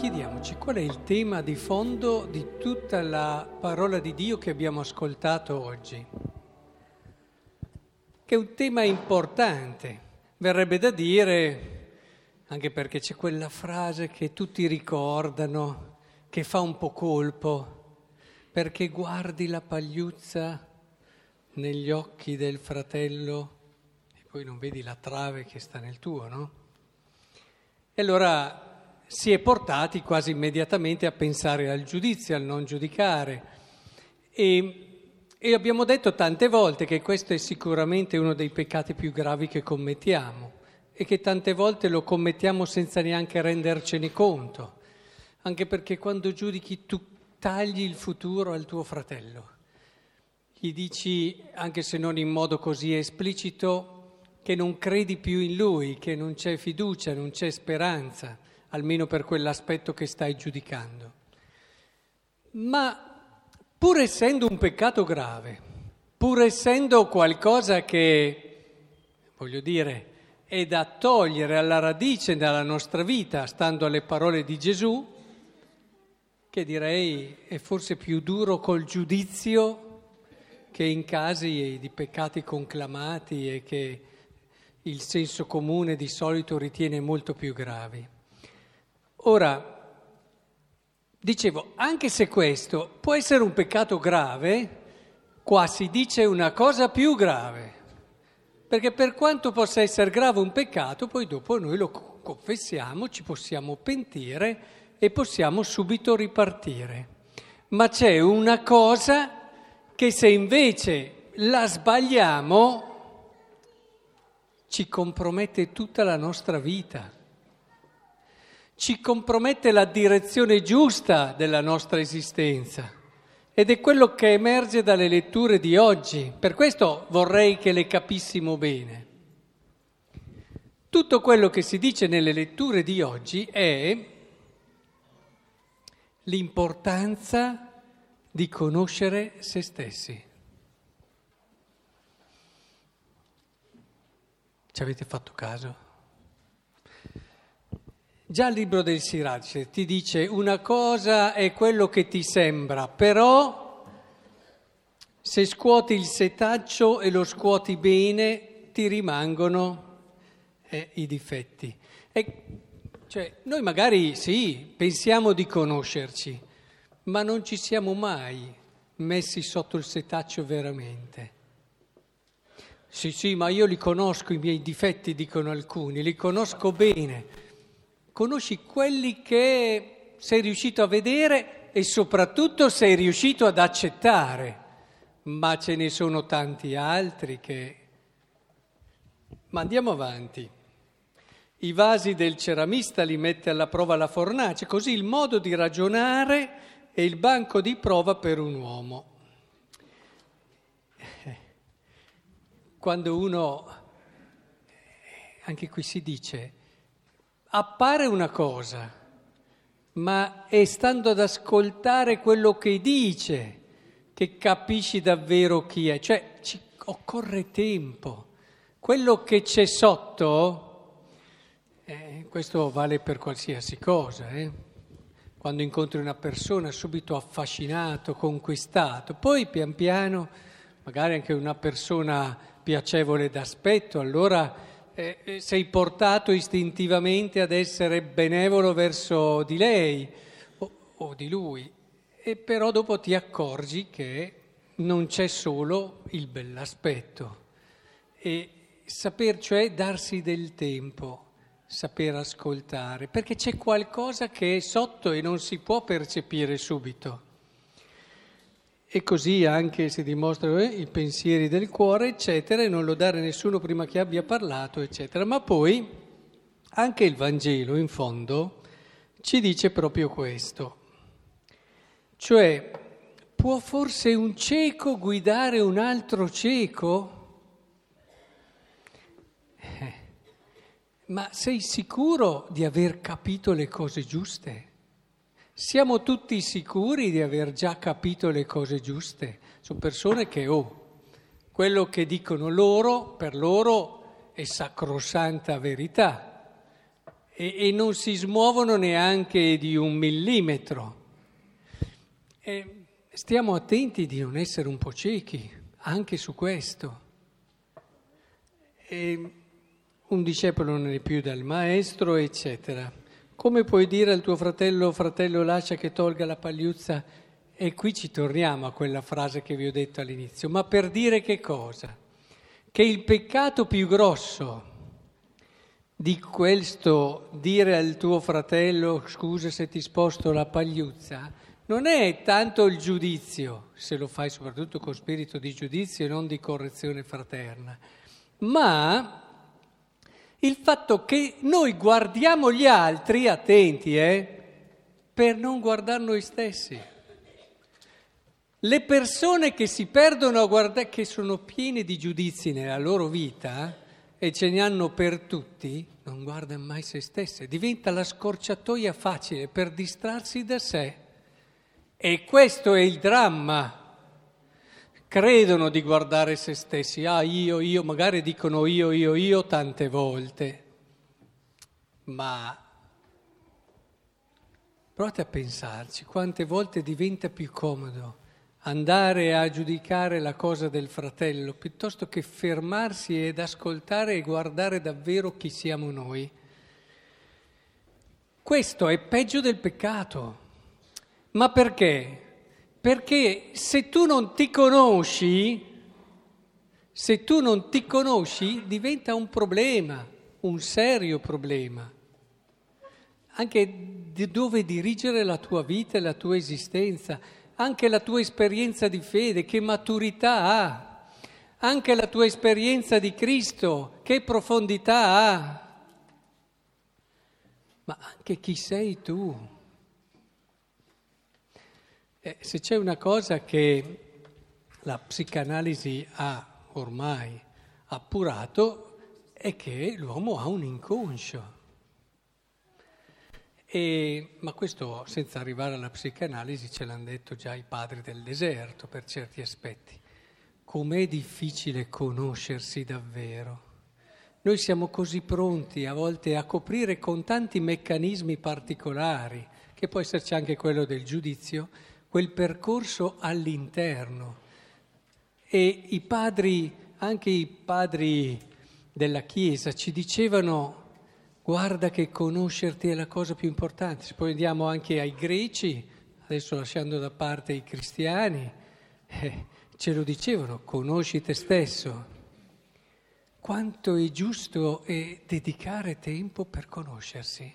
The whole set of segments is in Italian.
chiediamoci qual è il tema di fondo di tutta la parola di Dio che abbiamo ascoltato oggi, che è un tema importante, verrebbe da dire, anche perché c'è quella frase che tutti ricordano, che fa un po' colpo, perché guardi la pagliuzza negli occhi del fratello e poi non vedi la trave che sta nel tuo, no? E allora si è portati quasi immediatamente a pensare al giudizio, al non giudicare. E abbiamo detto tante volte che questo è sicuramente uno dei peccati più gravi che commettiamo e che tante volte lo commettiamo senza neanche rendercene conto, anche perché quando giudichi tu tagli il futuro al tuo fratello. Gli dici, anche se non in modo così esplicito, che non credi più in lui, che non c'è fiducia, non c'è speranza, almeno per quell'aspetto che stai giudicando. Ma pur essendo un peccato grave, pur essendo qualcosa che, voglio dire, è da togliere alla radice dalla nostra vita, stando alle parole di Gesù, che direi è forse più duro col giudizio che in casi di peccati conclamati e che il senso comune di solito ritiene molto più gravi. Ora, dicevo, anche se questo può essere un peccato grave, qua si dice una cosa più grave, perché per quanto possa essere grave un peccato, poi dopo noi lo confessiamo, ci possiamo pentire e possiamo subito ripartire. Ma c'è una cosa che se invece la sbagliamo ci compromette tutta la nostra vita, ci compromette la direzione giusta della nostra esistenza ed è quello che emerge dalle letture di oggi. Per questo vorrei che le capissimo bene. Tutto quello che si dice nelle letture di oggi è l'importanza di conoscere se stessi. Ci avete fatto caso? Già il libro del Sirace ti dice una cosa è quello che ti sembra, però se scuoti il setaccio e lo scuoti bene ti rimangono i difetti. Cioè, noi magari sì, pensiamo di conoscerci, ma non ci siamo mai messi sotto il setaccio veramente. Sì, ma io li conosco, i miei difetti, dicono alcuni, li conosco bene. Conosci quelli che sei riuscito a vedere e soprattutto sei riuscito ad accettare, ma ce ne sono tanti altri che... Ma andiamo avanti. I vasi del ceramista li mette alla prova la fornace, così il modo di ragionare è il banco di prova per un uomo. Quando uno, anche qui si dice, appare una cosa, ma è stando ad ascoltare quello che dice che capisci davvero chi è. Cioè ci occorre tempo. Quello che c'è sotto, questo vale per qualsiasi cosa, Quando incontri una persona subito affascinato, conquistato, poi pian piano, magari anche una persona piacevole d'aspetto, allora sei portato istintivamente ad essere benevolo verso di lei o di lui, e però dopo ti accorgi che non c'è solo il bell'aspetto. E saper, cioè, darsi del tempo, saper ascoltare, perché c'è qualcosa che è sotto e non si può percepire subito. E così anche si dimostrano i pensieri del cuore, eccetera, e non lo dare a nessuno prima che abbia parlato, eccetera. Ma poi anche il Vangelo, in fondo, ci dice proprio questo. Cioè, può forse un cieco guidare un altro cieco? Ma sei sicuro di aver capito le cose giuste? Siamo tutti sicuri di aver già capito le cose giuste? Sono persone che, quello che dicono loro, per loro è sacrosanta verità e non si smuovono neanche di 1 millimetro. Stiamo attenti di non essere un po' ciechi anche su questo. Un discepolo non è più dal maestro, eccetera. Come puoi dire al tuo fratello, fratello lascia che tolga la pagliuzza? E qui ci torniamo a quella frase che vi ho detto all'inizio. Ma per dire che cosa? Che il peccato più grosso di questo dire al tuo fratello scusa se ti sposto la pagliuzza non è tanto il giudizio, se lo fai soprattutto con spirito di giudizio e non di correzione fraterna, ma il fatto che noi guardiamo gli altri, attenti, per non guardare noi stessi. Le persone che si perdono a guardare, che sono piene di giudizi nella loro vita e ce ne hanno per tutti, non guardano mai se stesse. Diventa la scorciatoia facile per distrarsi da sé. E questo è il dramma. Credono di guardare se stessi, io, magari dicono io tante volte, ma provate a pensarci, quante volte diventa più comodo andare a giudicare la cosa del fratello piuttosto che fermarsi ed ascoltare e guardare davvero chi siamo noi. Questo è peggio del peccato. Ma perché? Perché se tu non ti conosci diventa un problema, un serio problema. Anche di dove dirigere la tua vita e la tua esistenza, anche la tua esperienza di fede, che maturità ha, anche la tua esperienza di Cristo, che profondità ha, ma anche chi sei tu. Se c'è una cosa che la psicanalisi ha ormai appurato è che l'uomo ha un inconscio. Ma questo senza arrivare alla psicanalisi ce l'hanno detto già i padri del deserto per certi aspetti. Com'è difficile conoscersi davvero. Noi siamo così pronti a volte a coprire con tanti meccanismi particolari, che può esserci anche quello del giudizio, quel percorso all'interno. E i padri, anche i padri della Chiesa, ci dicevano guarda che conoscerti è la cosa più importante. Se poi andiamo anche ai greci, adesso lasciando da parte i cristiani, ce lo dicevano, conosci te stesso. Quanto è giusto dedicare tempo per conoscersi.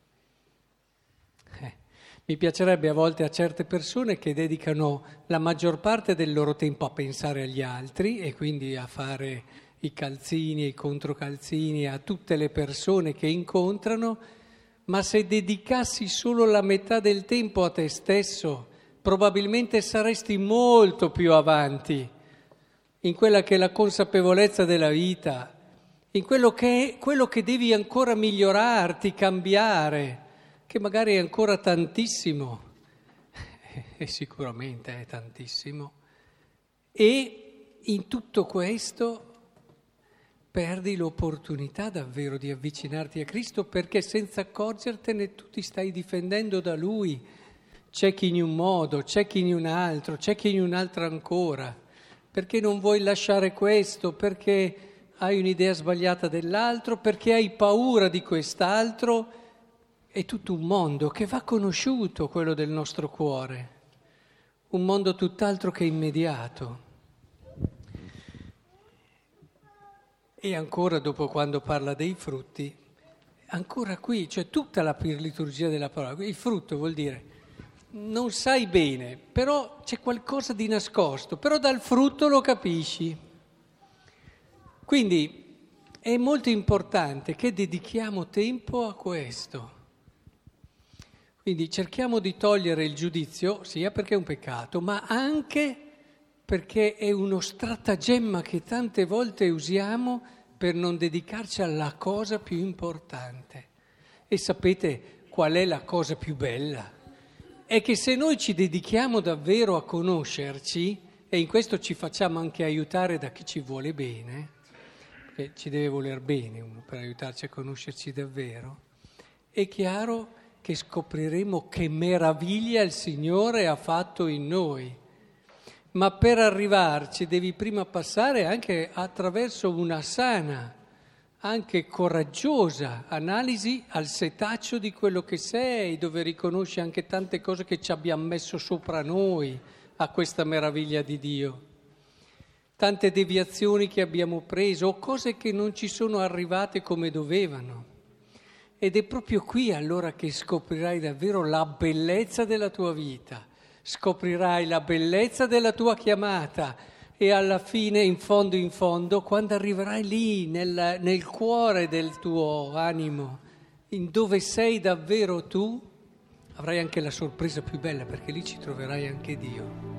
Mi piacerebbe a volte a certe persone che dedicano la maggior parte del loro tempo a pensare agli altri e quindi a fare i calzini e i controcalzini a tutte le persone che incontrano, ma se dedicassi solo la metà del tempo a te stesso, probabilmente saresti molto più avanti in quella che è la consapevolezza della vita, in quello che devi ancora migliorarti, cambiare, che magari è ancora tantissimo, e sicuramente è tantissimo, e in tutto questo perdi l'opportunità davvero di avvicinarti a Cristo perché senza accorgertene tu ti stai difendendo da Lui. C'è chi in un modo, c'è chi in un altro, c'è chi in un altro ancora, perché non vuoi lasciare questo, perché hai un'idea sbagliata dell'altro, perché hai paura di quest'altro. È tutto un mondo che va conosciuto, quello del nostro cuore, un mondo tutt'altro che immediato. E ancora dopo quando parla dei frutti, ancora qui, cioè tutta la liturgia della parola, il frutto vuol dire non sai bene, però c'è qualcosa di nascosto, però dal frutto lo capisci. Quindi è molto importante che dedichiamo tempo a questo. Quindi cerchiamo di togliere il giudizio, sia perché è un peccato, ma anche perché è uno stratagemma che tante volte usiamo per non dedicarci alla cosa più importante. E sapete qual è la cosa più bella? È che se noi ci dedichiamo davvero a conoscerci, e in questo ci facciamo anche aiutare da chi ci vuole bene, perché ci deve voler bene uno per aiutarci a conoscerci davvero, è chiaro che scopriremo che meraviglia il Signore ha fatto in noi. Ma per arrivarci devi prima passare anche attraverso una sana, anche coraggiosa analisi al setaccio di quello che sei, dove riconosci anche tante cose che ci abbiamo messo sopra noi a questa meraviglia di Dio. Tante deviazioni che abbiamo preso o cose che non ci sono arrivate come dovevano. Ed è proprio qui allora che scoprirai davvero la bellezza della tua vita, scoprirai la bellezza della tua chiamata e alla fine, in fondo, quando arriverai lì nel cuore del tuo animo, in dove sei davvero tu, avrai anche la sorpresa più bella perché lì ci troverai anche Dio.